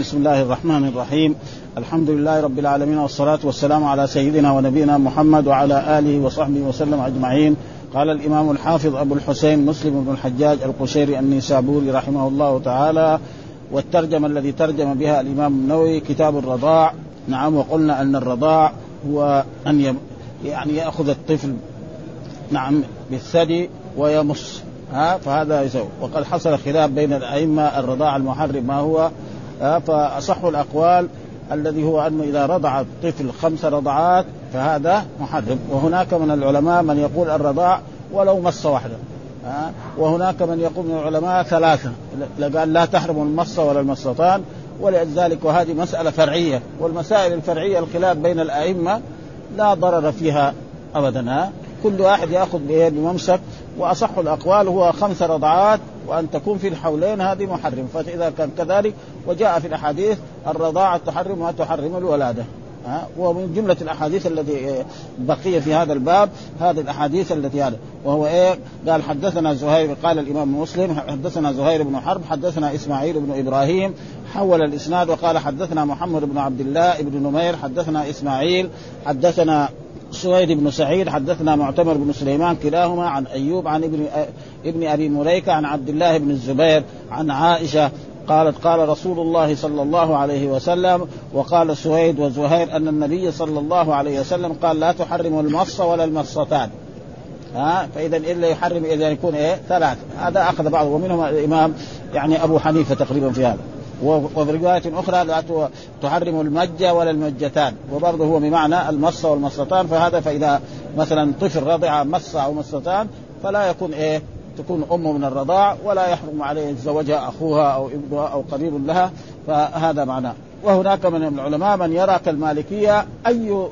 بسم الله الرحمن الرحيم. الحمد لله رب العالمين، والصلاة والسلام على سيدنا ونبينا محمد وعلى آله وصحبه وسلم أجمعين. قال الإمام الحافظ أبو الحسين مسلم بن الحجاج القشيري النيسابوري رحمه الله تعالى، والترجمة الذي ترجم بها الإمام النووي كتاب الرضاع. نعم، وقلنا أن الرضاع هو أن يعني يأخذ الطفل نعم بالثدي ويمص، فهذا يسوي. وقد حصل خلاف بين الأئمة الرضاع المحرم ما هو، فأصح الأقوال الذي هو أنه إذا رضع الطفل 5 رضعات فهذا محرم. وهناك من العلماء من يقول الرضاع ولو مصة واحدة، وهناك من يقول من العلماء 3، قال لا تحرم المصة ولا المصتان. ولذلك وهذه مسألة فرعية، والمسائل الفرعية الخلاف بين الأئمة لا ضرر فيها أبدا، كل واحد يأخذ بممسك. وأصح الأقوال هو 5 رضعات وأن تكون في الحولين، هذه محرم. فإذا كان كذلك وجاء في الأحاديث الرضاعة تحرم وتحرم الولادة، ومن جملة الأحاديث التي بقي في هذا الباب هذه الأحاديث التي هذا. وهو قال حدثنا زهير، قال الإمام مسلم حدثنا زهير بن حرب حدثنا إسماعيل بن إبراهيم، حول الإسناد وقال حدثنا محمد بن عبد الله بن نمير حدثنا إسماعيل حدثنا سويد بن سعيد حدثنا معتمر بن سليمان كلاهما عن أيوب عن ابن أبي مليكة عن عبد الله بن الزبير عن عائشة قالت قال رسول الله صلى الله عليه وسلم. وقال سويد وزهير أن النبي صلى الله عليه وسلم قال لا تحرم المص ولا المصتان، فإذا إلا يحرم إذا يكون 3. هذا أخذ بعض، ومنهم الإمام يعني أبو حنيفة تقريبا في هذا. وفي رواية أخرى لا تحرم المجة ولا المجتان، وبرضه هو بمعنى المص والمصتان. فإذا مثلا طفل رضع مص أو مصتان فلا يكون تكون أمه من الرضاع، ولا يحرم عليه الزوجة أخوها أو ابنها أو قريب لها، فهذا معناه. وهناك من العلماء من يرى كالمالكية أي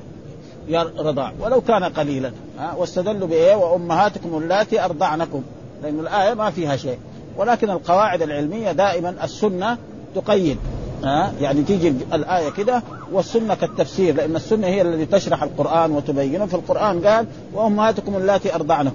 رضاع ولو كان قليلا، واستدلوا وأمهاتكم اللاتي أرضعنكم، لأن الآية ما فيها شيء. ولكن القواعد العلمية دائما السنة تقيد، يعني تيجي الآية كده والسنة كالتفسير، لأن السنة هي التي تشرح القرآن وتبينه. في القرآن قال وأمهاتكم اللاتي أرضعنكم،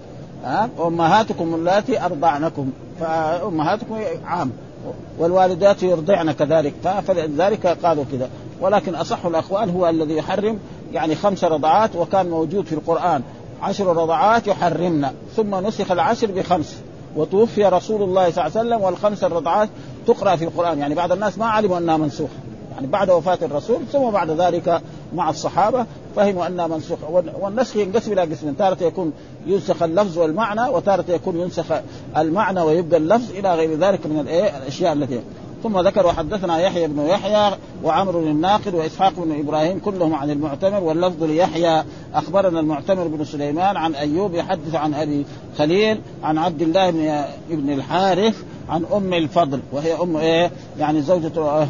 أمهاتكم اللاتي أرضعنكم، فأمهاتكم عام، والوالدات يرضعن كذلك، فلذلك قالوا كده. ولكن أصح الأقوال هو الذي يحرم يعني 5 رضعات، وكان موجود في القرآن 10 رضعات يحرمنا، ثم نسخ 10 ب5، وتوفي رسول الله صلى الله عليه وسلم وال5 رضعات تقرأ في القرآن. يعني بعض الناس ما علموا أنها منسوخة، يعني بعد وفاة الرسول ثم بعد ذلك مع الصحابة فهموا أنها منسوخة. والنسخ ينقسم إلى قسمين، تارة يكون ينسخ اللفظ والمعنى، وتارة يكون ينسخ المعنى ويبقى اللفظ، إلى غير ذلك من الأشياء التي. ثم ذكر وحدثنا يحيى بن يحيى وعمرو الناقد وإسحاق بن إبراهيم كلهم عن المعتمر، واللفظ ليحيى أخبرنا المعتمر بن سليمان عن أيوب يحدث عن أبي خليل عن عبد الله بن الحارث عن أم الفضل، وهي أم يعني زوجة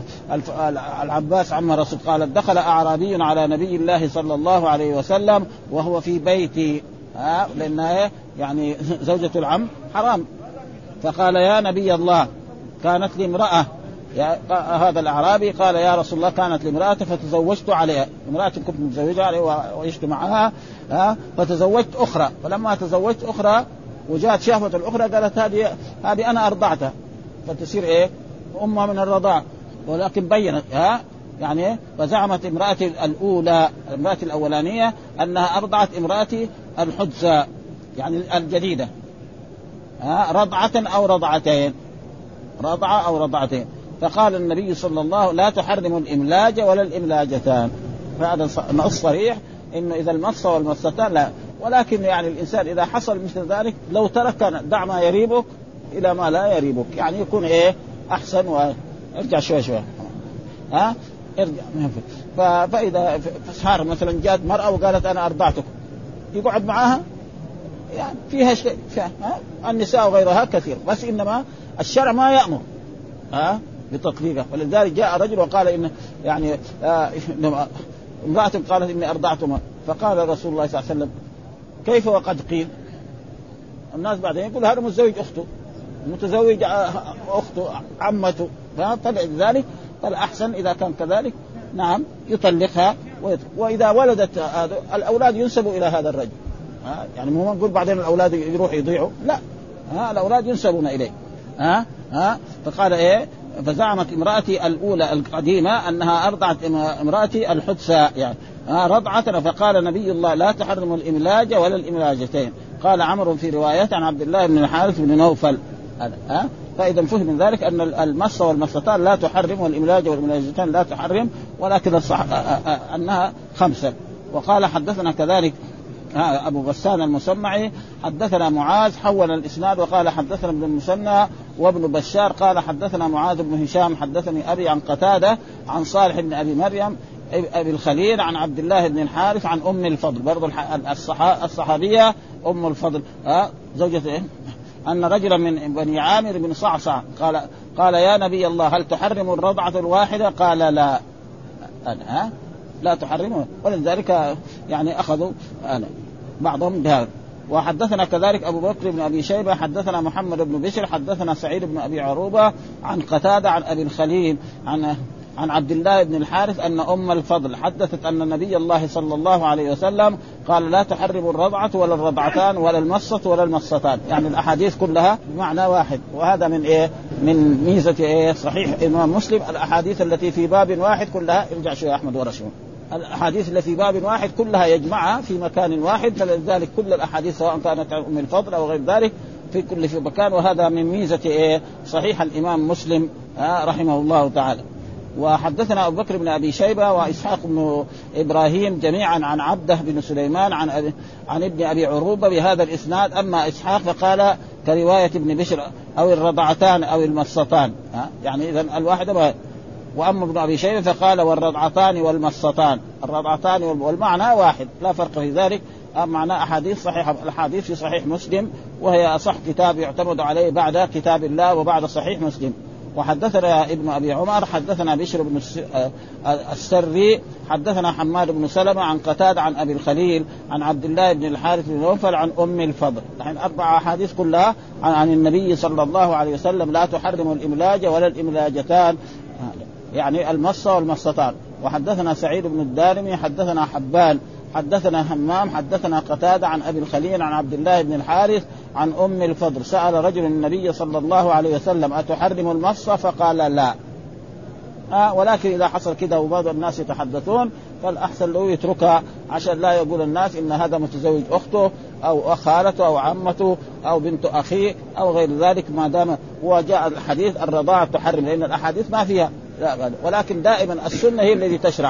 العباس عم رسول. قالت دخل أعرابي على نبي الله صلى الله عليه وسلم وهو في بيتي، لأنها يعني زوجة العم حرام. فقال يا نبي الله كانت لي امرأة، هذا الأعرابي قال يا رسول الله كانت لي امرأة فتزوجت عليها، امرأة كنت متزوجة عليها وعشت معها، فتزوجت أخرى. فلما تزوجت أخرى وجاءت شافت الأخرى قالت هذه أنا أرضعتها، فتصير أمها من الرضاع. ولكن بينت يعني فزعمت امرأتي الأولى، امرأتي الأولانية أنها أرضعت امرأتي الحدثى يعني الجديدة، رضعة أو رضعتين، رضعة أو رضعتين. فقال النبي صلى الله عليه وسلم لا تحرم الإملاج ولا الإملاجتان. فهذا نص صريح إنه إذا المص والمصتان لا. ولكن يعني الإنسان إذا حصل مثل ذلك لو ترك دع ما يريبك إلى ما لا يريبك، يعني يكون أحسن وارجع شوي ارجع. فإذا صار مثلا جاءت مرأة وقالت أنا أرضعتك، يقعد معها يعني فيها شيء، النساء وغيرها كثير، بس إنما الشرع ما يأمر بتطليقها. ولذلك جاء رجل وقال إن يعني امرأة قالت إني أرضعتما، فقال رسول الله صلى الله عليه وسلم كيف وقد قيل؟ الناس بعدين يقول هذا متزوج أخته، متزوج أخته عمته، فطلع ذلك قال أحسن إذا كان كذلك نعم يطلقها. وإذا ولدت الأولاد ينسبوا إلى هذا الرجل، يعني مو نقول بعدين الأولاد يروح يضيعوا، لا، الأولاد ينسبون إليه. فقال فزعمت امرأتي الأولى القديمة أنها أرضعت امرأتي الحدثى يعني رضعة، فقال نبي الله لا تحرم الإملاج ولا الإملاجتين. قال عمرو في رواية عن عبد الله بن الحارث بن نوفل. فإذا فهم من ذلك أن المص والمصتان لا تحرم والإملاج والإملاجتان لا تحرم، ولكن أنها 5. وقال حدثنا كذلك أبو غسان المسمعي حدثنا معاذ حول الإسناد وقال حدثنا ابن المثنى وابن بشار قال حدثنا معاذ بن هشام حدثني أبي عن قتادة عن صالح بن أبي مريم أبي الخليل عن عبد الله بن الحارث عن أم الفضل برضو الصحابية أم الفضل زوجته أن رجلا من بني عامر بن صعصع قال يا نبي الله هل تحرم الرضعة الواحدة؟ قال لا لا تحرمه، ولذلك يعني أخذوا بعضهم بهذا. وحدثنا كذلك أبو بكر بن أبي شيبة حدثنا محمد بن بشر حدثنا سعيد بن أبي عروبة عن قتادة عن أبي الخليل عن عبد الله بن الحارث أن أم الفضل حدثت أن النبي الله صلى الله عليه وسلم قال لا تحرم الرضعة ولا الرضعتان ولا المصة ولا المصتان، يعني الأحاديث كلها بمعنى واحد. وهذا من من ميزة صحيح إمام مسلم، الأحاديث التي في باب واحد كلها ارجع شو يا أحمد ورشون، الأحاديث التي في باب واحد كلها يجمعها في مكان واحد، فلذلك كل الأحاديث سواء كانت عن أم الفضل أو غير ذلك في مكان. وهذا من ميزة صحيح الإمام مسلم رحمه الله تعالى. وحدثنا أبو بكر بن أبي شيبة وإسحاق بن إبراهيم جميعا عن عبده بن سليمان عن ابن أبي عروبة بهذا الإسناد. أما إسحاق فقال كرواية ابن بشر أو الرضعتان أو المصتان، يعني إذن الواحدة. وأما ابن أبي شيبة فقال والرضعتان والمصتان، الرضعتان والمعنى واحد لا فرق في ذلك. معنى أحاديث صحيحة، الأحاديث في صحيح مسلم وهي أصح كتاب يعتمد عليه بعد كتاب الله وبعد صحيح مسلم. وحدثنا ابن أبي عمر حدثنا بشر بن السري حدثنا حماد بن سلمة عن قتادة عن أبي الخليل عن عبد الله بن الحارث بن نوفل عن أم الفضل. يعني 4 أحاديث كلها عن النبي صلى الله عليه وسلم لا تحرم الإملاج ولا الإملاجتان، يعني المصة والمصتان. وحدثنا سعيد بن الدارمي حدثنا حبان حدثنا همام حدثنا قتادة عن أبي الخليل عن عبد الله بن الحارث عن أم الفضل سأل رجل النبي صلى الله عليه وسلم أتحرم المصة؟ فقال لا. ولكن إذا حصل كده وبعض الناس يتحدثون فالأحسن له يتركها عشان لا يقول الناس إن هذا متزوج أخته أو خالته أو عمته أو بنت أخيه أو غير ذلك، ما دام هو جاء الحديث الرضاعة تحرم، لأن الأحاديث ما فيها لا. ولكن دائما السنة هي الذي تشرح.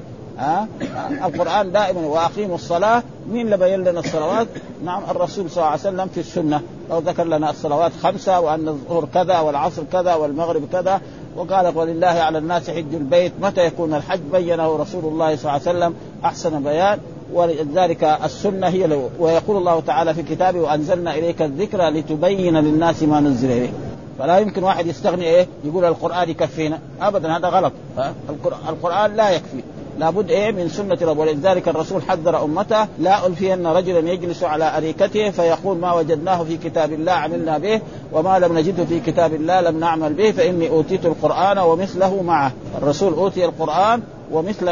القرآن دائما وأقيموا الصلاة، مين اللي بين لنا الصلوات؟ نعم الرسول صلى الله عليه وسلم في السنة، لو ذكر لنا الصلوات 5 وأن الظهر كذا والعصر كذا والمغرب كذا، وقال ولله على الناس حج البيت متى يكون الحج، بينه رسول الله صلى الله عليه وسلم أحسن بيان. ولذلك السنة هي له. ويقول الله تعالى في كتابه وأنزلنا إليك الذكر لتبين للناس ما نزل إليه. فلا يمكن واحد يستغني يقول القرآن يكفينا أبدا، هذا غلط. القرآن لا يكفي، لابد من سنة رب. ولذلك الرسول حذر أمته لا ألفين رجلا يجلس على أريكته فيقول ما وجدناه في كتاب الله عملنا به وما لم نجده في كتاب الله لم نعمل به فإني أوتيت القرآن ومثله معه. الرسول أوتي القرآن ومثل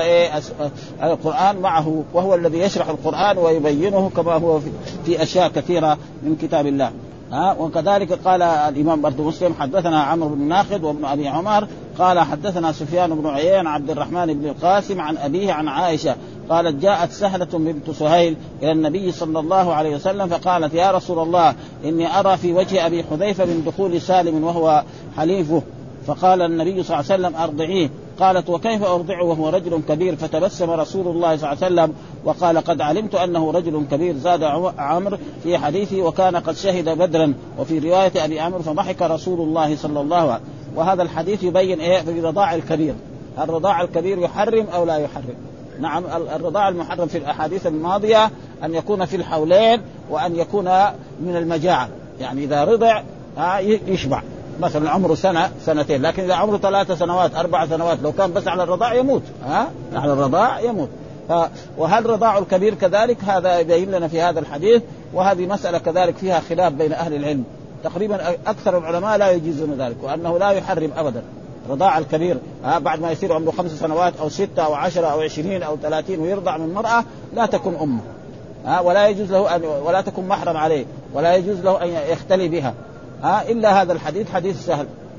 القرآن معه، وهو الذي يشرح القرآن ويبينه كما هو في أشياء كثيرة من كتاب الله. وكذلك قال الإمام برضو مسلم حدثنا عمرو بن ناقد وابن أبي عمر قال حدثنا سفيان بن عيين عبد الرحمن بن القاسم عن أبيه عن عائشة قالت جاءت سهلة بنت سهيل إلى النبي صلى الله عليه وسلم فقالت يا رسول الله إني أرى في وجه أبي حذيفة من دخول سالم وهو حليفه. فقال النبي صلى الله عليه وسلم أرضعيه. قالت وكيف أرضعه وهو رجل كبير؟ فتبسم رسول الله صلى الله عليه وسلم وقال قد علمت أنه رجل كبير. زاد عمرو في حديثه وكان قد شهد بدرا. وفي رواية أبي عمرو فضحك رسول الله صلى الله عليه وسلم. وهذا الحديث يبين في الرضاع الكبير، الرضاع الكبير يحرم أو لا يحرم؟ نعم الرضاع المحرم في الأحاديث الماضية أن يكون في الحولين وأن يكون من المجاعة، يعني إذا رضع يشبع، مثلا عمره سنة سنتين، لكن إذا عمره 3 سنوات 4 سنوات لو كان بس على الرضاع يموت، على الرضاع يموت. وهل رضاع الكبير كذلك؟ هذا يبين لنا في هذا الحديث. وهذه مسألة كذلك فيها خلاف بين أهل العلم، تقريبا أكثر العلماء لا يجيزون ذلك، وأنه لا يحرم أبدا رضاع الكبير بعد ما يصير عمره 5 سنوات أو 6 أو 10 أو 20 أو 30 ويرضع من مرأة لا تكون أمه، ولا يجوز له ولا تكون محرم عليه، ولا يجوز له أن يختلي بها إلا هذا الحديث حديث سهل.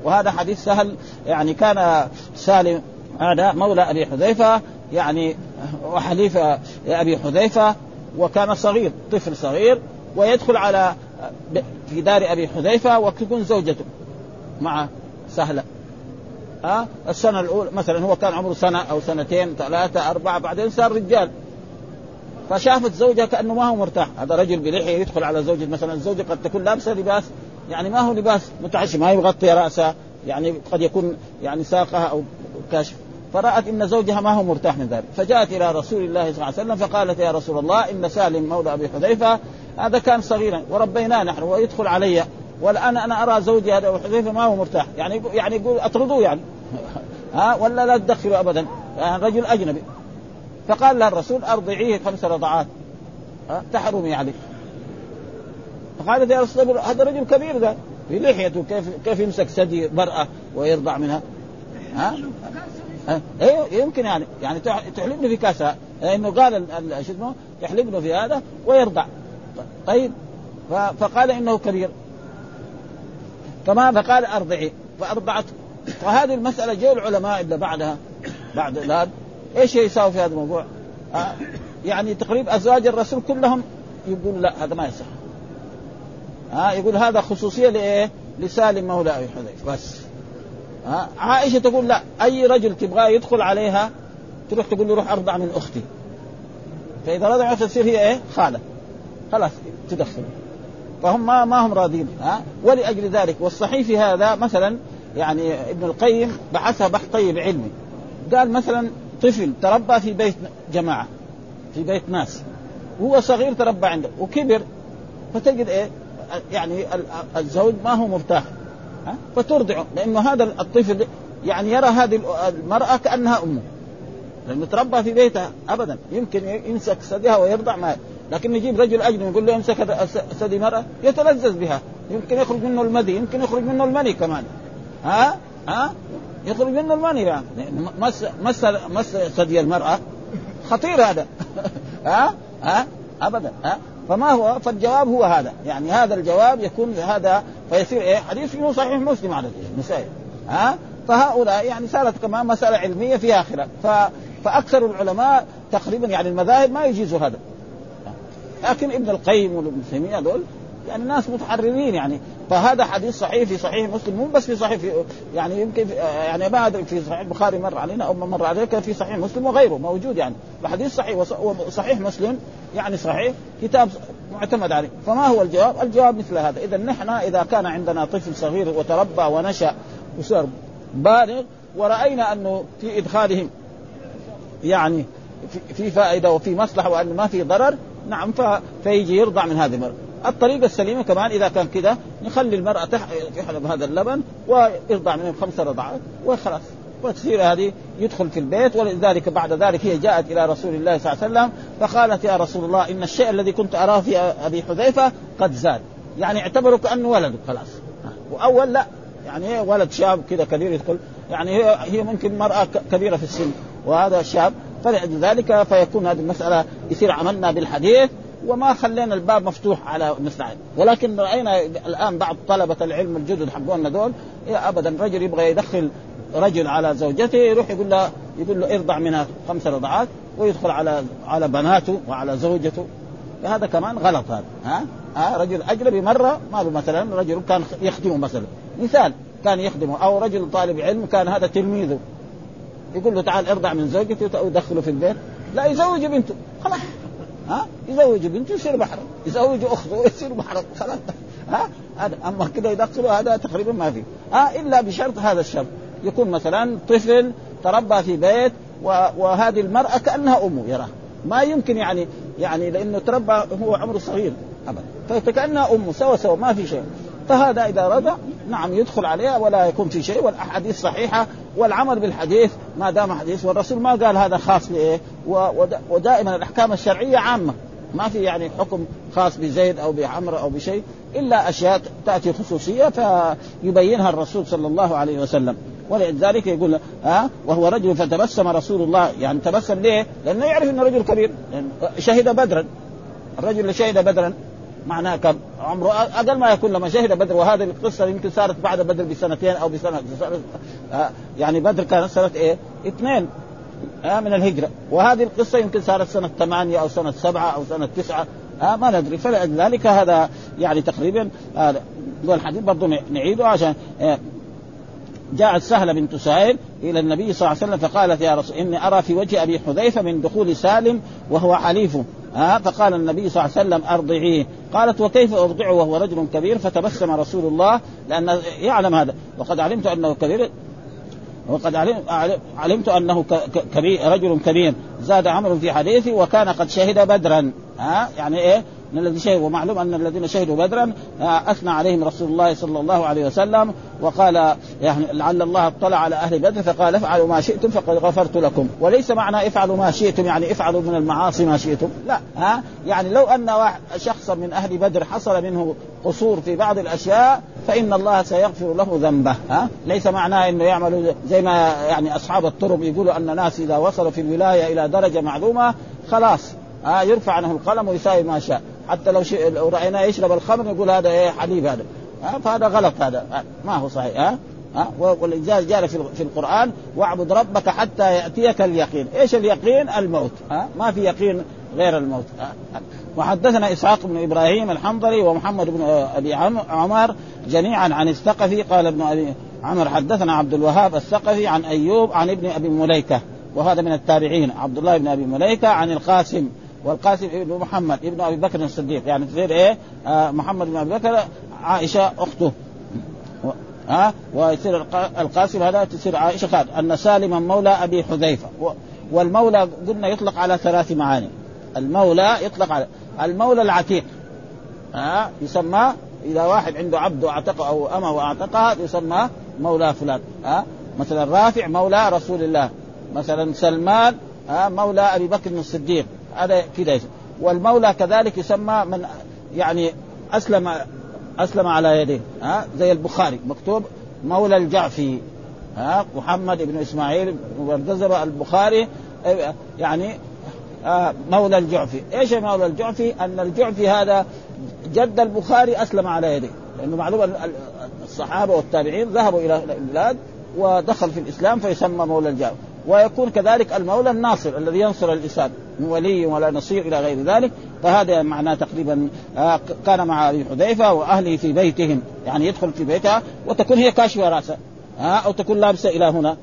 وهذا حديث سهل يعني. كان سالم هذا مولى أبي حذيفة يعني وحليف أبي حذيفة، وكان صغير طفل صغير، ويدخل على في دار أبي حذيفة وتكون زوجته مع سهلة. السنة الأولى مثلا هو كان عمره سنة أو سنتين 3 4، بعدين صار رجال، فشافت زوجها كأنه ما هو مرتاح. هذا رجل بلحية يدخل على زوجة، مثلا الزوجة قد تكون لابسة لباس يعني ما هو لباس متعشم، ما يغطي رأسها، يعني قد يكون يعني ساقها أو كاشف. فرأت إن زوجها ما هو مرتاح من ذلك، فجاءت إلى رسول الله صلى الله عليه وسلم فقالت يا رسول الله إن سالم مولى أبي حذيفة هذا كان صغيرا وربيناه نحن ويدخل علي، والآن أنا أرى زوجي هذا أبو حذيفة ما هو مرتاح، يعني يقول أطردوه يعني ولا لا تدخلوا أبدا، يعني رجل أجنبي. فقال له الرسول أرضعيه 5 رضعات تحرمي عليه. فقالت يا رسول الله هذا رجل كبير ذا في لحيته، كيف يمسك ثدي مرأة ويرضع منها؟ ايوه يمكن يعني تحلبني في كاسها، انه قال شو اسمه يحلبنه في هذا ويرضع. طيب فقال انه كبير، فما فقال ارضعي فارضعته. وهذه المسألة جاء العلماء اللي بعد الآن ايش يساوي في هذا الموضوع؟ يعني تقريبا ازواج الرسول كلهم يقول لا هذا ما يصح. يقول هذا خصوصية لإيه؟ لسالم مولى أبي حذيفة بس. عائشة تقول لا، أي رجل تبغى يدخل عليها تروح تقول له روح أرضع من أختي، فإذا رضع تصير هي إيه؟ خالة، خلاص تدخل. فهم ما هم راضين. ولأجل ذلك والصحيح في هذا مثلا يعني ابن القيم بحثها بحث طيب علمي، قال مثلا طفل تربى في بيت جماعة في بيت ناس وهو صغير تربى عنده وكبر، فتجد إيه يعني الزوج ما هو مرتاح فترضعه، لأنه هذا الطفل يعني يرى هذه المرأة كأنها أمه، لأنه تربى في بيتها أبدا يمكن يمسك ثديها ويرضع معه. لكن نجيب رجل أجنبي يقول له يمسك ثدي مرأة يتلذذ بها، يمكن يخرج منه المذي، يمكن يخرج منه المني كمان. يخرج منه المني يعني مس ثدي المرأة خطير هذا. أبدا. فما هو؟ فالجواب هو هذا، يعني هذا الجواب يكون هذا فيصير إيه حديث في صحيح مسلم على المسائل. فهؤلاء يعني صارت كمان مسألة علمية فيها خلاف. فأكثر العلماء تقريبا يعني المذاهب ما يجيزوا هذا، لكن ابن القيم وابن تيمية دول يعني ناس متحررين يعني. فهذا حديث صحيح في صحيح مسلم، مو بس في صحيح يعني يمكن يعني ما أدري في صحيح البخاري مر علينا أو ما مر عليك، في صحيح مسلم وغيره موجود يعني. الحديث صحيح وصحيح مسلم يعني صحيح كتاب معتمد عليه. فما هو الجواب؟ الجواب مثل هذا. إذا نحن إذا كان عندنا طفل صغير وتربى ونشأ وصار بالغ ورأينا أنه في إدخالهم يعني في فائدة وفي مصلحة وأن ما في ضرر، نعم فيجي يرضع من هذه المرأة. الطريقة السليمة كمان إذا كان كده نخلي المرأة تحلب هذا اللبن ويرضع منه 5 رضعات وخلاص، وتصير هذه يدخل في البيت. ولذلك بعد ذلك هي جاءت إلى رسول الله صلى الله عليه وسلم فقالت يا رسول الله إن الشيء الذي كنت أراه في أبي حذيفة قد زاد، يعني اعتبروا كأنه ولد خلاص. وأول لا يعني ولد شاب كده كبير يدخل، يعني هي ممكن مرأة كبيرة في السن وهذا شاب، فلذلك فيكون هذه المسألة يصير عملنا بالحديث وما خلينا الباب مفتوح على مثل. ولكن رأينا الآن بعض طلبة العلم الجدد حقونا دول أبدا رجل يبغى يدخل رجل على زوجته يروح يقول له ارضع منها 5 رضعات ويدخل على بناته وعلى زوجته. هذا كمان غلط. هذا رجل أجنبي مرة ما مثلا رجل كان يخدمه مثلا مثال كان يخدمه، أو رجل طالب علم كان هذا تلميذه يقول له تعال ارضع من زوجتي ويدخله في البيت، لا يزوج بنته خلاص. يزوج بنته يصير محرم، يزوج أخته يصير محرم خلاص. هذا أما كده يدخله هذا تقريبا ما فيه. إلا بشرط هذا الشرط يكون مثلا طفل تربى في بيت وهذه المرأة كأنها أمه يراه، ما يمكن يعني لأنه تربى هو عمره صغير أبدا فكأنها أمه سوا ما في شيء. فهذا إذا رضع نعم يدخل عليها ولا يكون في شيء. والأحاديث صحيحة والعمل بالحديث ما دام حديث، والرسول ما قال هذا خاص بإيه. ودائما الأحكام الشرعية عامة، ما في يعني حكم خاص بزيد أو بعمر أو بشيء إلا أشياء تأتي خصوصية فيبينها الرسول صلى الله عليه وسلم. ولذلك يقول وهو رجل فتبسم رسول الله، يعني تبسم ليه؟ لأنه يعرف أنه رجل كبير، شهد بدرا. الرجل اللي شهد بدرا معناه كم عمره أقل ما يكون لما شهد بدر. وهذه القصة يمكن صارت بعد بدر بسنتين أو بسنة يعني بدر كانت سنة 2 من الهجرة، وهذه القصة يمكن صارت سنة 8 أو سنة 7 أو سنة 9 ما ندري. فلذلك هذا يعني تقريبا هذا الحديث برضو نعيده عشان جاءت سهلة بنت سهيل إلى النبي صلى الله عليه وسلم فقالت يا رسول إني أرى في وجه أبي حذيفة من دخول سالم وهو حليفه. فقال النبي صلى الله عليه وسلم أرضعيه. قالت وكيف أرضعه وهو رجل كبير؟ فتبسم رسول الله لأن يعلم هذا، وقد علمت أنه كبير، وقد علمت أنه كبير رجل كبير. زاد عمرو في حديثه وكان قد شهد بدرا. يعني إيه من الذي شهد؟ ومعلوم أن الذين شهدوا بدرا أثنى عليهم رسول الله صلى الله عليه وسلم وقال يعني لعل الله اطلع على أهل بدر فقال افعلوا ما شئتم فقد غفرت لكم. وليس معنى افعلوا ما شئتم يعني افعلوا من المعاصي ما شئتم، لا. يعني لو أن شخصا من أهل بدر حصل منه قصور في بعض الأشياء فإن الله سيغفر له ذنبه. ليس معناه إنه يعملوا زي ما يعني أصحاب الطرق يقولوا أن الناس إذا وصلوا في الولاية إلى درجة معلومة خلاص يرفع عنه القلم ويساوي ما شاء، حتى لو رأيناه يشرب الخمر يقول هذا إيه حليب هذا. فهذا غلط، هذا ما هو صحيح. والإنجاز جاء في القرآن واعبد ربك حتى يأتيك اليقين. إيش اليقين؟ الموت. ما في يقين غير الموت. وحدثنا إسحاق بن إبراهيم الحنظلي ومحمد بن أبي عمر جميعا عن الثقفي. قال ابن أبي عمر حدثنا عبد الوهاب الثقفي عن أيوب عن ابن أبي مليكة، وهذا من التابعين، عبد الله بن أبي مليكة عن القاسم، والقاسم ابن محمد ابن أبي بكر الصديق، يعني تصير إيه محمد بن أبي بكر عائشة أخته، ويصير القاسم هذا تصير عائشة خالد. أن سالما مولى أبي حذيفة. والمولى قلنا يطلق على 3 معاني. المولى يطلق على المولى العتيق، يسمى إذا واحد عنده عبد واعتقه أو أمه واعتقها يسمى مولى فلان. مثلا رافع مولى رسول الله، مثلا سلمان مولى أبي بكر الصديق، هذا كده. والمولى كذلك يسمى من يعني أسلم على يديه، زي البخاري مكتوب مولى الجعفي، محمد بن إسماعيل والجزرة البخاري يعني مولى الجعفي. إيش مولى الجعفي؟ أن الجعفي هذا جد البخاري أسلم على يديه، لأنه معلوم الصحابة والتابعين ذهبوا إلى البلاد ودخل في الإسلام فيسمى مولى الجعفي. ويكون كذلك المولى الناصر الذي ينصر الإسلام، من ولي ولا نصير إلى غير ذلك. فهذا معناه تقريبا كان مع أبي حذيفة وأهله في بيتهم، يعني يدخل في بيتها وتكون هي كاشفة رأسها أو تكون لابسة إلى هنا.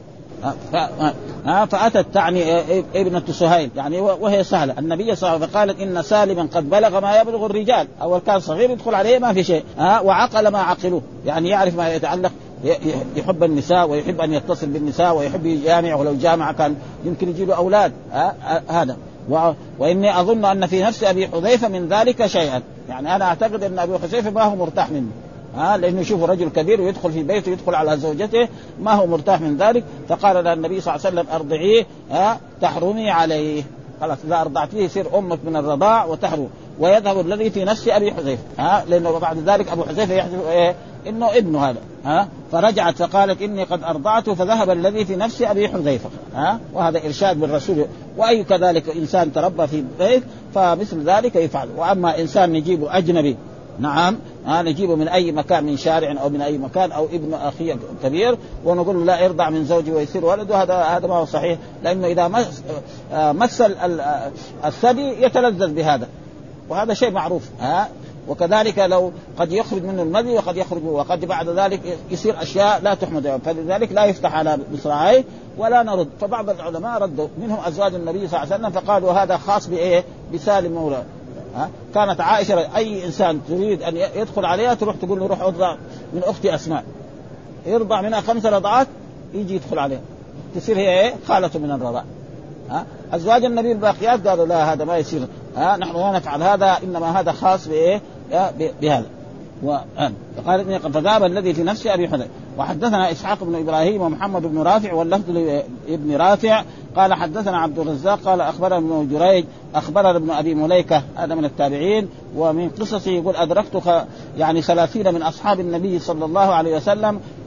فأتت تعني ابنة سهيل يعني وهي سهلة النبي صلى الله عليه وسلم، فقالت إن سالما قد بلغ ما يبلغ الرجال. أول كان صغير يدخل عليه ما في شيء، وعقل ما عقلوه، يعني يعرف ما يتعلق، يحب النساء ويحب أن يتصل بالنساء ويحب يجامع، ولو جامع كان يمكن يجيله أولاد. هذا وإني أظن أن في نفس أبي حذيفة من ذلك شيئا، يعني أنا أعتقد أن أبي حذيفة ما هو مرتاح منه، لأنه يشوف رجل كبير ويدخل في بيته يدخل على زوجته ما هو مرتاح من ذلك. فقال لها النبي صلى الله عليه وسلم أرضعيه تحرمي عليه، خلاص إذا أرضعتيه يصير أمك من الرضاع وتحرم. ويذهب الذي في نفس أبي حذيفة، لأنه بعد ذلك أبو حذيفة يحذف إنه ابنه هذا. فرجعت فقالت إني قد أرضعته، فذهب الذي في نفس أبي حذيفة. وهذا إرشاد بالرسول. وأي كذلك إنسان تربى في بيت فمثل ذلك يفعل. وأما إنسان نجيبه أجنبي، نعم نجيبه من أي مكان، من شارع أو من أي مكان، أو ابن أخي كبير ونقول له لا يرضع من زوجي ويصير ولده، هذا ما هو صحيح، لأنه إذا مس الثدي يتلذذ بهذا، وهذا شيء معروف. وكذلك لو قد يخرج منه المذي وقد يخرج، وقد بعد ذلك يصير أشياء لا تحمد، فلذلك لا يفتح على مصراعيه ولا نرد. فبعض العلماء ردوا منهم أزواج النبي صلى الله عليه وسلم فقالوا هذا خاص بإيه؟ بسالم مولى. كانت عائشة أي إنسان تريد أن يدخل عليها تروح تقول له روح أرضع من أختي أسماء، يرضع منها 5 رضعات يجي يدخل عليها، تصير هي إيه؟ خالته من الرضاع. أزواج النبي الباقيات قالوا لا هذا ما يصير، نحن لا نفعل هذا، إنما هذا خاص بإيه؟ بهذا. فقال فذهب الذي في نفس أبي حذيفة. وحدثنا إسحاق بن إبراهيم ومحمد بن رافع واللفظ لابن رافع قال حدثنا عبد الرزاق قال أخبرنا ابن جريج أخبرنا ابن أبي مليكة، هذا من التابعين. ومن قصصه يقول أدركت يعني 30 من أصحاب النبي صلى الله عليه وسلم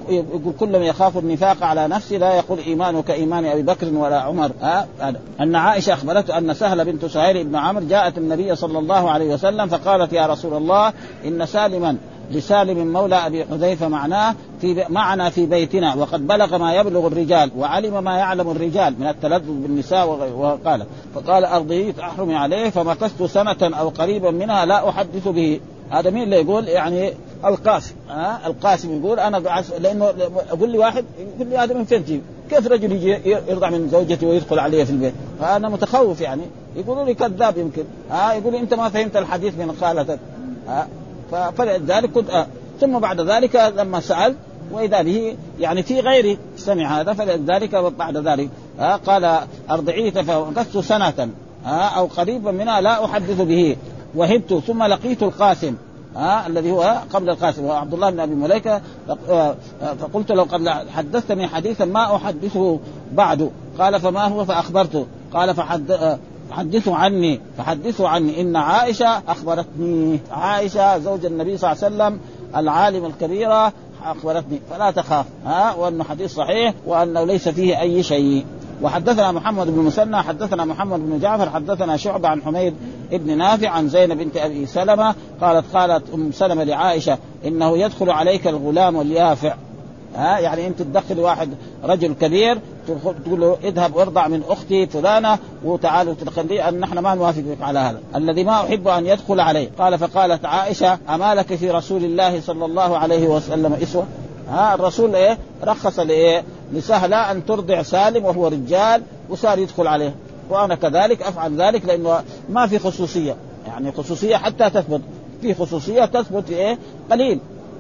يقول كل من يخاف النفاق على نفسه لا يقول إيمانه كإيمان أبي بكر ولا عمر. أن عائشة أخبرته أن سهل بنت سهيل بن عمرو جاءت النبي صلى الله عليه وسلم فقالت يا رسول الله إن سالما لسالم مولى أبي حذيفة معنا في بيتنا وقد بلغ ما يبلغ الرجال وعلم ما يعلم الرجال من التلذذ بالنساء فقال أرضيه أحرمي عليه فمكثت سنة أو قريبا منها لا أحدث به. هذا مين اللي يقول؟ يعني القاسم. القاسم يقول أنا لأنه أقول لي واحد يقول لي هذا من فين تجيب؟ كيف رجل يجي يرضع من زوجته ويدخل عليه في البيت؟ فأنا متخوف يعني. يقولوا لي كذاب يمكن. يقول لي أنت ما فهمت الحديث من خالتك. فلذلك كنت ثم بعد ذلك لما سألت وإذا به يعني في غيري سمع هذا فلذلك بعد ذلك قال أرضعيه فمكثت سنة أو قريبا منها لا أحدث به وهبت ثم لقيت القاسم الذي هو قبل القاسم وعبد الله بن أبي مليكة فقلت له قد حدثتني حديثا ما أحدثه بعد. قال فما هو؟ فأخبرته. قال فحدثوا عني إن عائشة أخبرتني. عائشة زوج النبي صلى الله عليه وسلم العالم الكبيرة أخبرتني فلا تخاف وأنه حديث صحيح وأنه ليس فيه أي شيء. وحدثنا محمد بن مسنى حدثنا محمد بن جعفر حدثنا شعبة عن حميد ابن نافع عن زينب بنت أبي سلمة قالت أم سلمة لعائشة إنه يدخل عليك الغلام اليافع. يعني أنت تدخل واحد رجل كبير تقول له اذهب وارضع من أختي فلانة وتعالوا تدخلي أن نحن ما نوافقك على هذا الذي ما أحب أن يدخل عليه. قال فقالت عائشة أما لك في رسول الله صلى الله عليه وسلم إسوة؟ الرسول رخص لسهلة أن ترضع سالم وهو رجال وصار يدخل عليه وأنا كذلك أفعل ذلك لأنه ما في خصوصية يعني خصوصية حتى تثبت في خصوصية تثبت قليل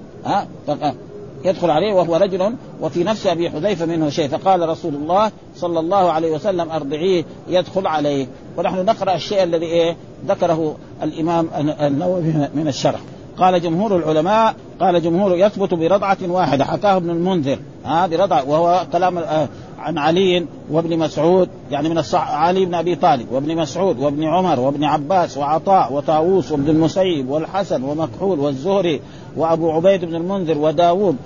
يدخل عليه وهو رجل وفي نفس أبي حذيفة منه شيء. فقال رسول الله صلى الله عليه وسلم أرضعيه يدخل عليه. ونحن نقرأ الشيء الذي ذكره الإمام النووي من الشرح. قال جمهور العلماء يثبت برضعة واحدة حكاه ابن المنذر برضعة وهو كلام عن علي وابن مسعود يعني من علي بن أبي طالب وابن مسعود وابن عمر وابن عباس وعطاء وطاووس وابن المسيب والحسن ومكحول والزهري وأبو عبيد بن المنذر وداود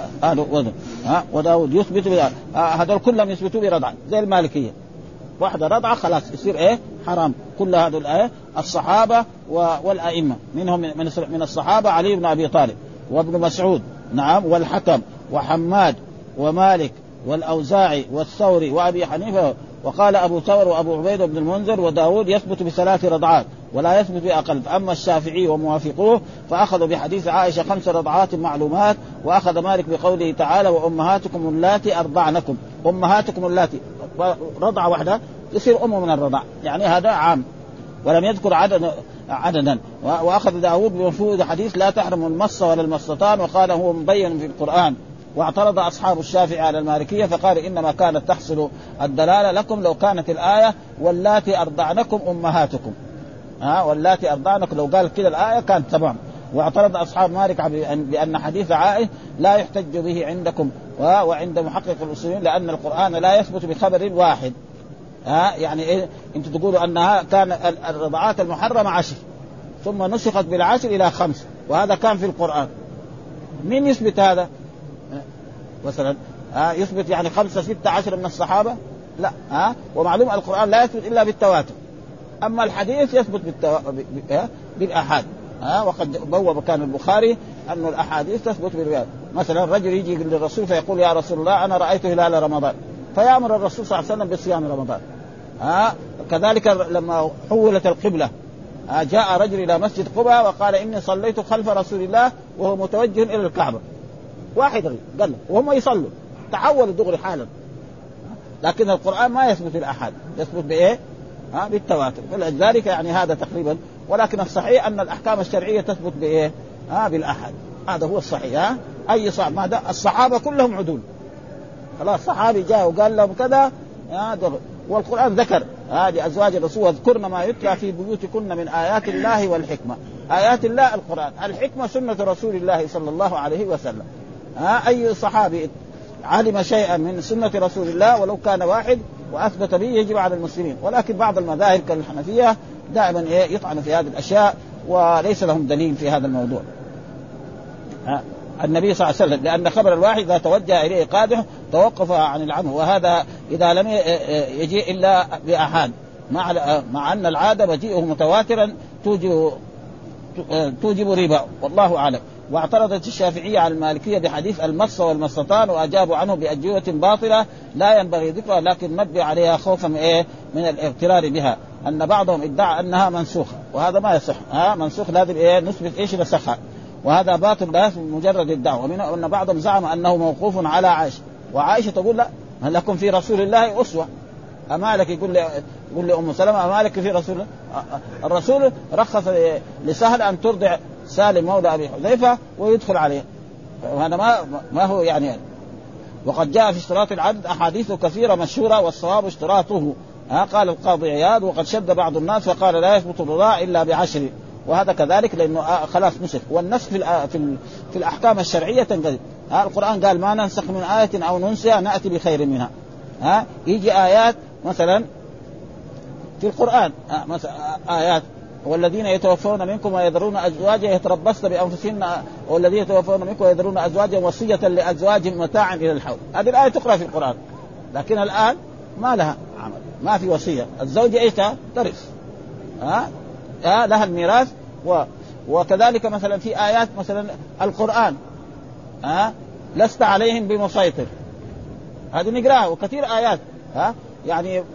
وداود يثبت هذول كلهم يثبتوا برضعة زي المالكية واحدة رضعة خلاص يصير حرام. كل هذول الصحابة والأئمة منهم من الصحابة علي بن أبي طالب وابن مسعود نعم والحكم وحماد ومالك والأوزاعي والثوري وأبي حنيفة. وقال أبو ثور وأبو عبيد بن المنذر وداود يثبت ب3 رضعات ولا يثبت بأقل. أما الشافعي وموافقوه فأخذوا بحديث عائشة 5 رضعات معلومات وأخذ مالك بقوله تعالى وأمهاتكم اللاتي أرضعنكم. أمهاتكم اللاتي رضعة واحدة يصير من الرضع يعني هذا عام ولم يذكر عددا. وأخذ داود بمفهوم حديث لا تحرم المص ولا المصتان وقال هو مبين في القرآن. واعترض أصحاب الشافعي على المالكية فقال إنما كانت تحصل الدلالة لكم لو كانت الآية واللاتي أرضعنكم أمهاتكم واللاتي أرضعنكم لو قال كده الآية كانت تمام. واعترض أصحاب مالك بأن حديث عائشة لا يحتج به عندكم وعند محقق الأصوليين لأن القرآن لا يثبت بخبر واحد. يعني انتم تقولوا أنها كان الرضعات المحرمة 10 ثم نسخت بال10 إلى 5 وهذا كان في القرآن. مين يثبت هذا مثلا؟ يثبت يعني 5 6 10 من الصحابة؟ لا. ومعلوم القرآن لا يثبت إلا بالتواتر. أما الحديث يثبت بالأحاد. وقد بوب كان البخاري أن الأحاديث تثبت بالروايات. مثلا الرجل يجي للرسول فيقول يا رسول الله أنا رأيت هلال رمضان فيأمر الرسول صلى الله عليه وسلم بصيام رمضان. كذلك لما حولت القبلة جاء رجل إلى مسجد قباء وقال إني صليت خلف رسول الله وهو متوجه إلى الكعبة. واحد قال له وهم يصلوا تحول دغري حالا. لكن القرآن ما يثبت الأحاد يثبت بإيه؟ بالتواتر. ولذلك يعني هذا تقريبا. ولكن الصحيح أن الأحكام الشرعية تثبت بإيه؟ بالأحاد. هذا هو الصحيح. أي صعب ماذا الصحابة كلهم عدول خلاص. صحابي جاء وقال لهم كذا والقرآن ذكر لأزواج الرسول واذكرن ما يتلى في بيوتكن من آيات الله والحكمة. آيات الله القرآن الحكمة سنة رسول الله صلى الله عليه وسلم. أي صحابي علم شيئا من سنة رسول الله ولو كان واحد وأثبت به يجب على المسلمين. ولكن بعض المذاهب كالحنفية دائما يطعن في هذه الأشياء وليس لهم دليل في هذا الموضوع. النبي صلى الله عليه وسلم، لأن خبر الواحد إذا توجه إليه قادح توقف عن العمل، وهذا إذا لم يجيء إلا بأحاد، مع أن العادة مجيئه متواترا توجب ربا، والله أعلم. واعترضت الشافعية على المالكية بحديث المص والمصتان، وأجابوا عنه بأجوبة باطلة لا ينبغي ذكرها، لكن نبه عليها خوفا من الاغترار بها، أن بعضهم ادعى أنها منسوخة، وهذا ما يصح. منسوخ لازم نثبت نسخها، وهذا باطل بس مجرد الدعوة. ومنه أن بعضهم زعم أنه موقوف على عائشة، وعائشة تقول لا، هل لكم في رسول الله أسوة؟ أمالك يقول لأم سلمة أمالك في رسول الله؟ الرسول رخص لسهل أن ترضع سالم مولى أبي حذيفة ويدخل عليه، وهذا ما هو يعني. وقد جاء في اشتراط العدد أحاديث كثيرة مشهورة، والصواب اشتراطه. قال القاضي عياض: وقد شد بعض الناس فقال لا يثبت الرضاع إلا ب10، وهذا كذلك لأنه خلاص نسخ. والنسخ في الأحكام الشرعية تنقضي. القرآن قال: ما ننسخ من آية أو ننسها نأتي بخير منها. يجي آيات مثلا في القرآن، مثلا آيات: والذين يتوفون منكم ويذرون أزواجا يتربصن بأنفسهن، والذين يتوفون منكم ويذرون أزواجا وصية لأزواجهم متاعا إلى الحول. هذه الآية تقرأ في القرآن، لكن الآن ما لها عمل، ما في وصية. الزوجة إيش ترث، لها الميراث. وكذلك مثلا في آيات مثلا القرآن لست عليهم بمسيطر، هذه نقراها، وكثير آيات يعني.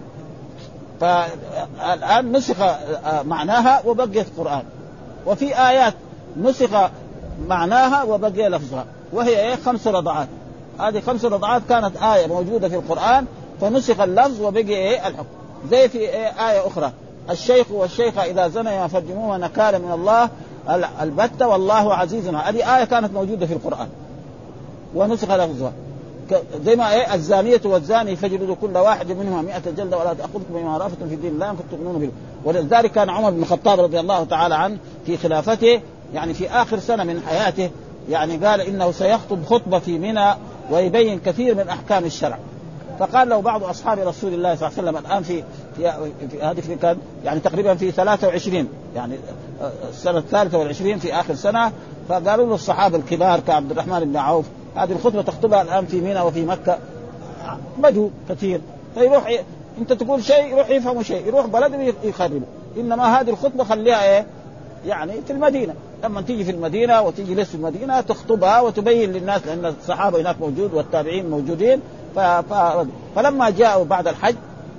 فالآن نسخ معناها وبقيت القرآن، وفي آيات نسخ معناها وبقي لفظها، وهي 5 رضعات. هذه 5 رضعات كانت آية موجودة في القرآن فنسخ اللفظ وبقي الحكم. زي في آية أخرى: الشيخ والشيخة إذا زنيا فارجموهما نكالا من الله البتة والله عزيز. هذه آية كانت موجودة في القرآن ونسخ لفظها. زي ما الزانية والزاني فجلدوا كل واحد منهما 100 جلدة ولا تأخذكم بما رأفتم في الدين لا كنتم تؤمنون به. ولذلك كان عمر بن الخطاب رضي الله تعالى عنه في خلافته، يعني في آخر سنة من حياته، يعني قال إنه سيخطب خطبة في منى ويبين كثير من أحكام الشرع. فقال له بعض أصحاب رسول الله صلى الله عليه وسلم الآن في هذه كان يعني تقريبا في 23 يعني السنة 23 في آخر سنة، فقالوا له الصحابة الكبار كعبد الرحمن بن عوف: هذه الخطبة تخطبها الآن في منى وفي مكة بدو كثير، فيروح أنت تقول شيء يروح يفهموا شيء، يروح بلد يخربوا. إنما هذه الخطبة خليها يعني في المدينة، لما تيجي في المدينة وتجلس في المدينة تخطبها وتبين للناس، لأن الصحابة هناك موجود والتابعين موجودين. فلما جاءوا بعد الحج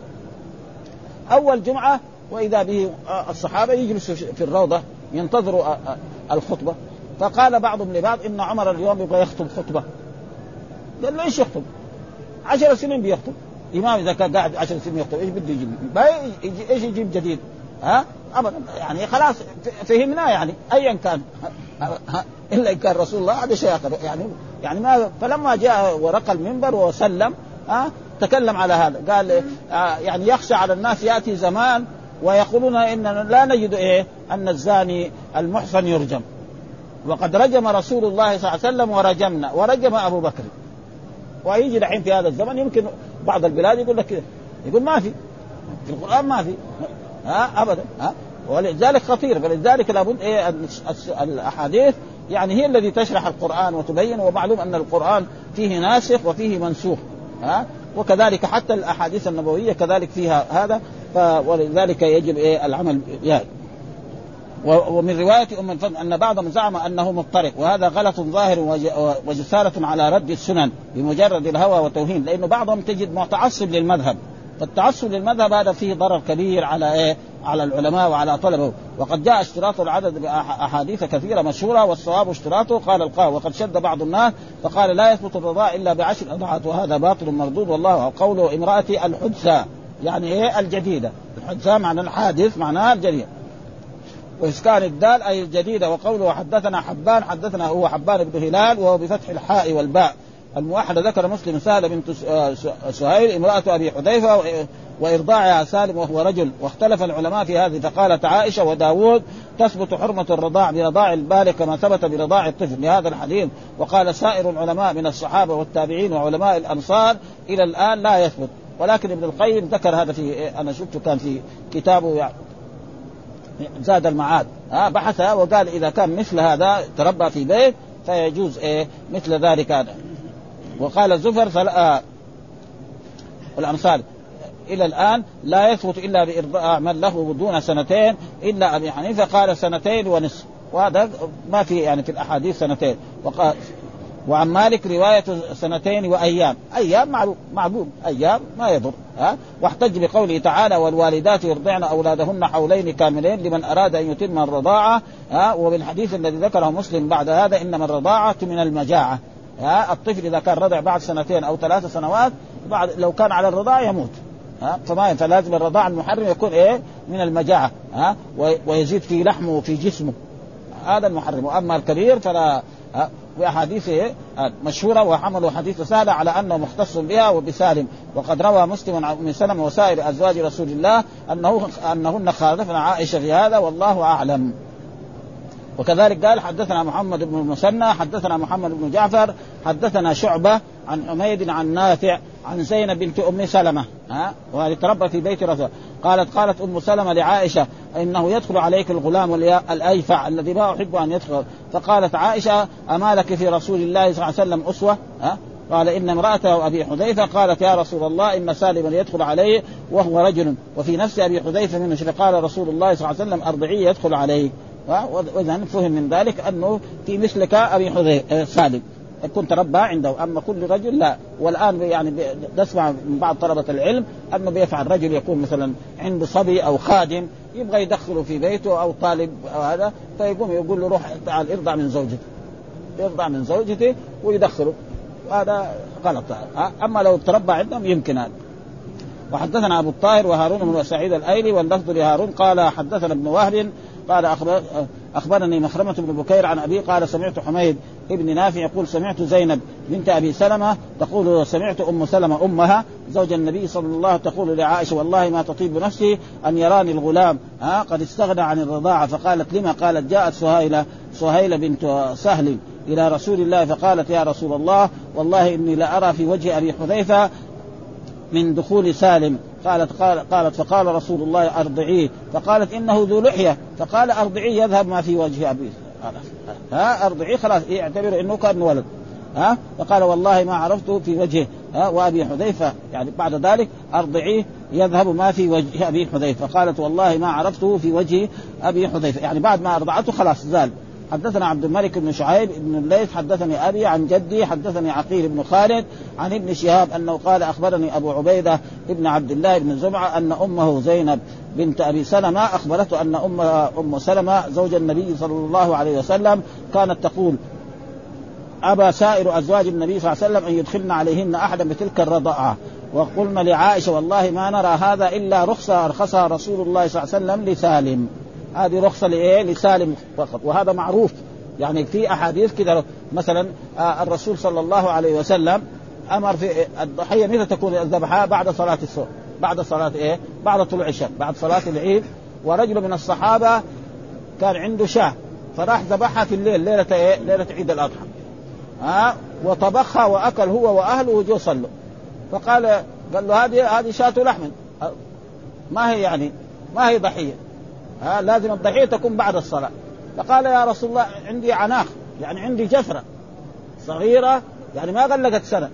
أول جمعة وإذا به الصحابة يجلسوا في الروضة ينتظروا الخطبة، فقال بعضهم لبعض: إن عمر اليوم يبغى يخطب خطبة. قال له: إيش يخطب؟ 10 سنين بيخطب إمام، إذا كان قاعد 10 سنين يخطب إيش بده يجيب؟ إيش يجيب جديد؟ أبدا، يعني خلاص فهمنا، يعني أيا كان إلا إن كان رسول الله هذا شيء آخر يعني ما. فلما جاء ورقى المنبر وسلم تكلم على هذا، قال يعني يخشى على الناس يأتي زمان ويقولون إننا لا نجد أن الزاني المحصن يرجم، وقد رجم رسول الله صلى الله عليه وسلم ورجم أبو بكر. ويجي الحين في هذا الزمن يمكن بعض البلاد يقول لك كده، يقول ما في القرآن ما في أبدا. ولذلك خطير. فلذلك لابد الأحاديث يعني هي الذي تشرح القرآن وتبين. ومعلوم أن القرآن فيه ناسخ وفيه منسوخ، وكذلك حتى الأحاديث النبوية كذلك فيها هذا. ولذلك يجب العمل بها. ومن رواية أم الفضل أن بعضهم زعم أنه مضطرق، وهذا غلط ظاهر وجسارة على رد السنن بمجرد الهوى وتوهين، لأنه بعضهم تجد متعصب للمذهب، فالتعصب للمذهب هذا فيه ضرر كبير على العلماء وعلى طلبه. وقد جاء اشتراط العدد بأحاديث كثيرة مشهورة، والصواب اشتراطه. قال القاضي: وقد شد بعض الناس فقال لا يثبت الرضاع إلا ب10 رضعات، وهذا باطل مردود. والله قوله امرأتي الحدثى يعني الجديدة، الحدثى معنى الحادث معناها الجديدة، وإسكان الدال أي الجديدة. وقوله حدثنا حبان، حدثنا هو حبان بن هلال وهو بفتح الحاء والباء الموحدة. ذكر مسلم سهل بنت سهيل امرأة أبي حذيفة وإرضاعها سالم وهو رجل، واختلف العلماء في هذه. فقالت عائشة وداود: تثبت حرمة الرضاع برضاع البالغ كما ثبت برضاع الطفل لهذا الحديث. وقال سائر العلماء من الصحابة والتابعين وعلماء الأنصار إلى الآن لا يثبت. ولكن ابن القيم ذكر هذا في أنا شفته كان في كتابه زاد المعاد، بحث وقال إذا كان مثل هذا تربى في بيت فيجوز مثل ذلك هذا. وقال زفر والأمثال إلى الآن لا يثبت إلا بإرضاع من له دون سنتين إلا أبي حنيفة قال 2 ونصف، وهذا ما في يعني في الأحاديث 2. وعن مالك رواية 2 وأيام، أيام معلوم أيام ما يضر. واحتج بقوله تعالى والوالدات يرضعن أولادهن حولين كاملين لمن أراد أن يتم الرضاعة. وبالحديث الذي ذكره مسلم بعد هذا إنما الرضاعة من المجاعة. الطفل إذا كان رضع بعد 2 أو 3 سنوات بعد لو كان على الرضاعة يموت. فلازم الرضاع المحرم يكون من المجاعة ويزيد في لحمه وفي جسمه، هذا المحرم. وأما الكبير فلا. وأحاديثه مشهورة وحملوا حديث سهلة على أنه مختص بها وبسالم. وقد روى مسلم عن أم سلمة وسائر أزواج رسول الله أنهن خالفن عائشة في هذا والله أعلم. وكذلك قال حدثنا محمد بن المثنى حدثنا محمد بن جعفر حدثنا شعبة عن حميد عن نافع عن زينب بنت أم سلمة وهذه تربى في بيت رسول. قالت أم سلمة لعائشة إنه يدخل عليك الغلام الأيفع الذي ما أحب أن يدخل. فقالت عائشة أما لك في رسول الله صلى الله عليه وسلم أسوة؟ قال إن امرأته أبي حذيفة قالت يا رسول الله إن سالما يدخل عليه وهو رجل وفي نفس أبي حذيفة منه شيء. قال رسول الله صلى الله عليه وسلم أرضعي يدخل عليه. وإذن فهم من ذلك أنه في مثلك أبي حذيفة سالم كنت ربى عنده، أما كل رجل لا. والآن يعني نسمع من بعض طلبة العلم أنه بيفعل رجل يكون مثلا عنده صبي أو خادم يبغى يدخله في بيته أو طالب أو هذا يقول له روح تعال ارضع من زوجته ويدخله، هذا غلط. أما لو تربى عندهم يمكن هذا. وحدثنا أبو الطاهر وهارون بن سعيد الأيلي واللفظ لهارون قال حدثنا ابن وهب قال أخبرني مخرمة بن بكير عن أبي قال سمعت حميد ابن نافع يقول سمعت زينب بنت أبي سلمة تقول سمعت أم سلمة أمها زوج النبي صلى الله عليه وسلم تقول لعائشة والله ما تطيب نفسي أن يراني الغلام قد استغنى عن الرضاعة. فقالت لما؟ قالت جاءت سهيلة بنت سهل إلى رسول الله فقالت يا رسول الله والله إني لأرى في وجه أبي حذيفة من دخول سالم. قالت فقال رسول الله أرضعيه. فقالت إنه ذو لحية. فقال أرضعيه يذهب ما في وجه أبي. أرضعيه خلاص يعتبر إنه كان ولد. فقال والله ما عرفته في وجهه وأبي حذيفة يعني بعد ذلك أرضعيه يذهب ما في وجه أبي حذيفة. فقالت والله ما عرفته في وجه أبي حذيفة يعني بعد ما أرضعته خلاص زال. حدثنا عبد الملك بن شعيب بن الليث حدثني أبي عن جدي حدثني عقيل بن خالد عن ابن شهاب أنه قال أخبرني أبو عبيدة ابن عبد الله بن زمعة أن أمه زينب بنت أبي سلمة أخبرته أن أم سلمة زوج النبي صلى الله عليه وسلم كانت تقول أبى سائر أزواج النبي صلى الله عليه وسلم أن يدخلن عليهن أحدا بتلك الرضاعة. وقلنا لعائشة والله ما نرى هذا إلا رخصة أرخصها رسول الله صلى الله عليه وسلم لسالم. هذه رخصة لسالم فقط وهذا معروف. يعني في أحاديث كذا مثلا الرسول صلى الله عليه وسلم أمر في الضحية متى تكون الذبحة؟ بعد صلاة الصبح بعد صلاة بعد طلوع الشمس بعد صلاة العيد. ورجل من الصحابة كان عنده شاة فراح ذبحها في الليل ليلة عيد الأضحى وطبخها وأكل هو وأهله وجو صلوا. فقال له هذه شاة لحم ما هي يعني ما هي ضحية لازم الضحية تكون بعد الصلاة. فقال يا رسول الله عندي عناخ يعني عندي جفرة صغيرة يعني ما غلقت سنة.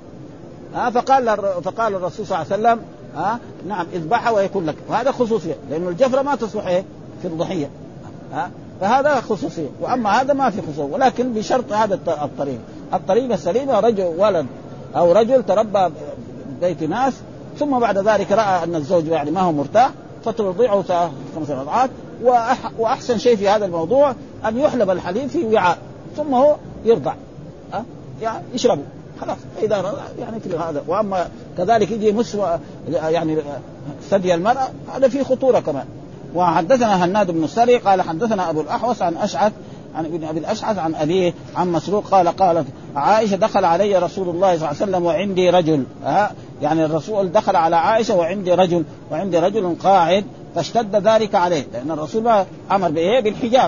فقال الرسول صلى الله عليه وسلم نعم اذبحها ويكون لك. وهذا خصوصية لأن الجفرة ما تصلح في الضحية فهذا خصوصية. وأما هذا ما في خصوصية ولكن بشرط هذا الطريقة السليمة رجل ولد أو رجل تربى بيت ناس ثم بعد ذلك رأى أن الزوج يعني ما هو مرتاح فترضعه 5 رضعات. وأحسن شيء في هذا الموضوع أن يحلب الحليب في وعاء ثم هو يرضع يعني يشربه خلاص إذا يعني في هذا. وأما كذلك يجي مسوى يعني ثدي المرأة هذا فيه خطورة كمان. وحدثنا هناد بن السري قال حدثنا أبو الأحوص عن أشعث عن ابن أبي الأشعث عن أبيه عن مسروق قالت عائشة دخل علي رسول الله صلى الله عليه وسلم وعندي رجل يعني الرسول دخل على عائشة وعندي رجل قاعد فاشتد ذلك عليه لأن الرسول أمر بالحجاب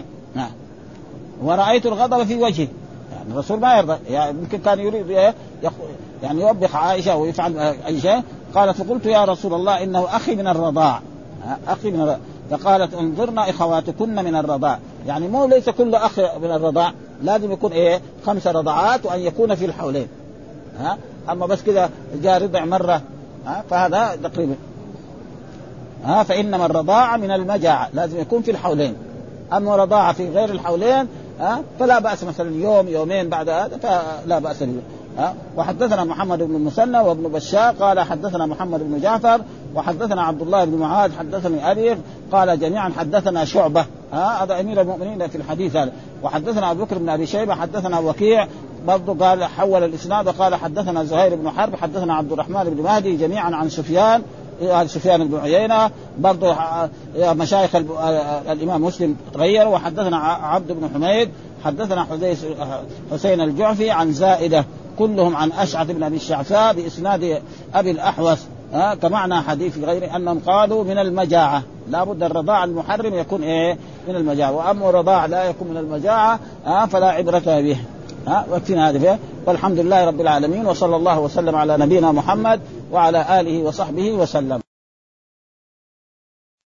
ورأيت الغضب في وجهه يعني الرسول ما يرضى يعني يمكن كان يريد يعني يوبخ عائشة ويفعل أي شيء. قالت فقلت يا رسول الله إنه أخي من الرضاع فقالت انظرنا إخواتكن من الرضاع يعني مو ليس كل أخ من الرضاع لازم يكون 5 رضعات وأن يكون في الحولين. أما بس كذا جاء رضع مرة فهذا تقريبا. فإنما الرضاعة من المجاعة لازم يكون في الحولين. أما رضاعة في غير الحولين فلا بأس، مثلا يوم يومين بعد هذا فلا بأس به. وحدثنا محمد بن المثنى وابن بشار قال حدثنا محمد بن جعفر وحدثنا عبد الله بن معاذ حدثني أبي قال جميعا حدثنا شعبة هذا أمير المؤمنين في الحديث هذا. وحدثنا أبو بكر بن أبي شيبة حدثنا وكيع برضو قال حول الإسناد وقال حدثنا زهير بن حرب حدثنا عبد الرحمن بن مهدي جميعا عن سفيان بن عيينة برضو مشايخ الإمام مسلم تغير. وحدثنا عبد بن حميد حدثنا حسين الجعفي عن زائدة كلهم عن أشعث بن أبي الشعثاء بإسناد أبي الأحوص كمعنى حديث غير أنهم قالوا من المجاعة، لا بد الرضاع المحرم يكون من المجاعة، وأما الرضاع لا يكون من المجاعة فلا عبرة به. وكفينا هذا. والحمد لله رب العالمين، وصلى الله وسلم على نبينا محمد وعلى آله وصحبه وسلم.